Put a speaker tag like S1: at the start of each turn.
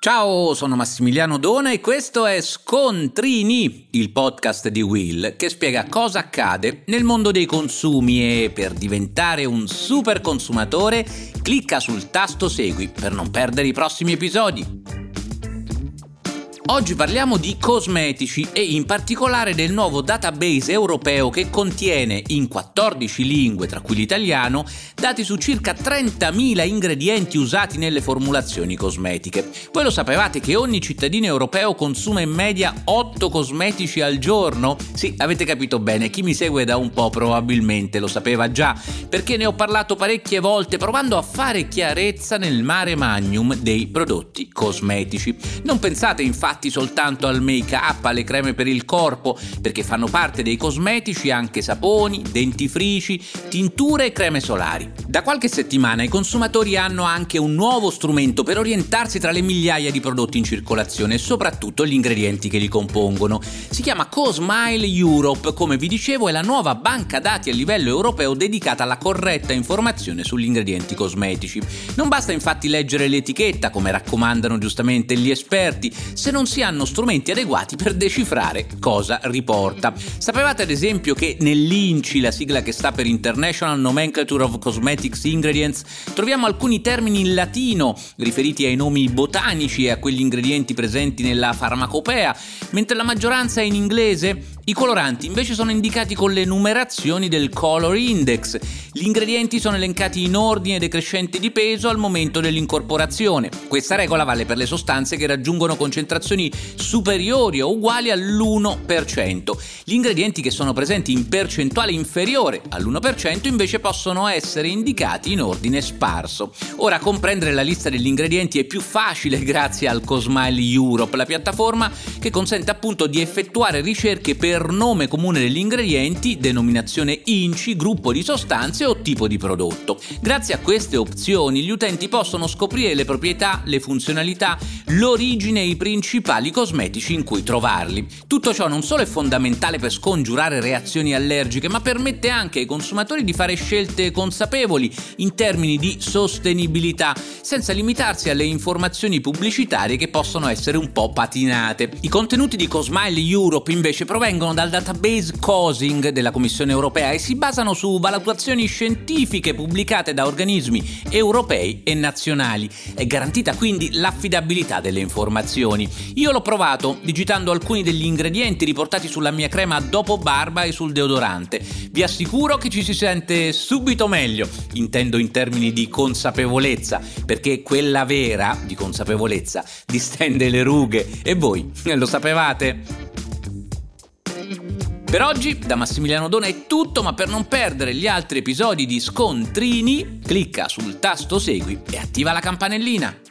S1: Ciao, sono Massimiliano Dona e questo è Scontrini, il podcast di Will che spiega cosa accade nel mondo dei consumi e per diventare un super consumatore clicca sul tasto Segui per non perdere i prossimi episodi. Oggi parliamo di cosmetici e in particolare del nuovo database europeo che contiene in 14 lingue, tra cui l'italiano, dati su circa 30.000 ingredienti usati nelle formulazioni cosmetiche. Voi lo sapevate che ogni cittadino europeo consuma in media 8 cosmetici al giorno? Sì, avete capito bene, chi mi segue da un po' probabilmente lo sapeva già, perché ne ho parlato parecchie volte provando a fare chiarezza nel mare magnum dei prodotti cosmetici. Non pensate infatti soltanto al make-up, alle creme per il corpo, perché fanno parte dei cosmetici anche saponi, dentifrici, tinture e creme solari. Da qualche settimana i consumatori hanno anche un nuovo strumento per orientarsi tra le migliaia di prodotti in circolazione e soprattutto gli ingredienti che li compongono. Si chiama Cosmile Europe, come vi dicevo, è la nuova banca dati a livello europeo dedicata alla corretta informazione sugli ingredienti cosmetici. Non basta infatti leggere l'etichetta, come raccomandano giustamente gli esperti, se non si hanno strumenti adeguati per decifrare cosa riporta. Sapevate ad esempio che nell'INCI, la sigla che sta per International Nomenclature of Cosmetics Ingredients, troviamo alcuni termini in latino riferiti ai nomi botanici e a quegli ingredienti presenti nella farmacopea, mentre la maggioranza è in inglese? I coloranti invece sono indicati con le numerazioni del Color Index. Gli ingredienti sono elencati in ordine decrescente di peso al momento dell'incorporazione. Questa regola vale per le sostanze che raggiungono concentrazioni superiori o uguali all'1%. Gli ingredienti che sono presenti in percentuale inferiore all'1% invece possono essere indicati in ordine sparso. Ora, comprendere la lista degli ingredienti è più facile grazie al Cosmile Europe, la piattaforma che consente appunto di effettuare ricerche per nome comune degli ingredienti, denominazione INCI, gruppo di sostanze o tipo di prodotto. Grazie a queste opzioni gli utenti possono scoprire le proprietà, le funzionalità, l'origine e i principali cosmetici in cui trovarli. Tutto ciò non solo è fondamentale per scongiurare reazioni allergiche, ma permette anche ai consumatori di fare scelte consapevoli in termini di sostenibilità, senza limitarsi alle informazioni pubblicitarie che possono essere un po' patinate. I contenuti di Cosmile Europe invece provengono dal database COSING della Commissione Europea e si basano su valutazioni scientifiche pubblicate da organismi europei e nazionali. È garantita quindi l'affidabilità delle informazioni. Io l'ho provato digitando alcuni degli ingredienti riportati sulla mia crema dopo barba e sul deodorante. Vi assicuro che ci si sente subito meglio, intendo in termini di consapevolezza, perché quella vera di consapevolezza distende le rughe. E voi lo sapevate? Per oggi da Massimiliano Dona è tutto, ma per non perdere gli altri episodi di Scontrini, clicca sul tasto Segui e attiva la campanellina.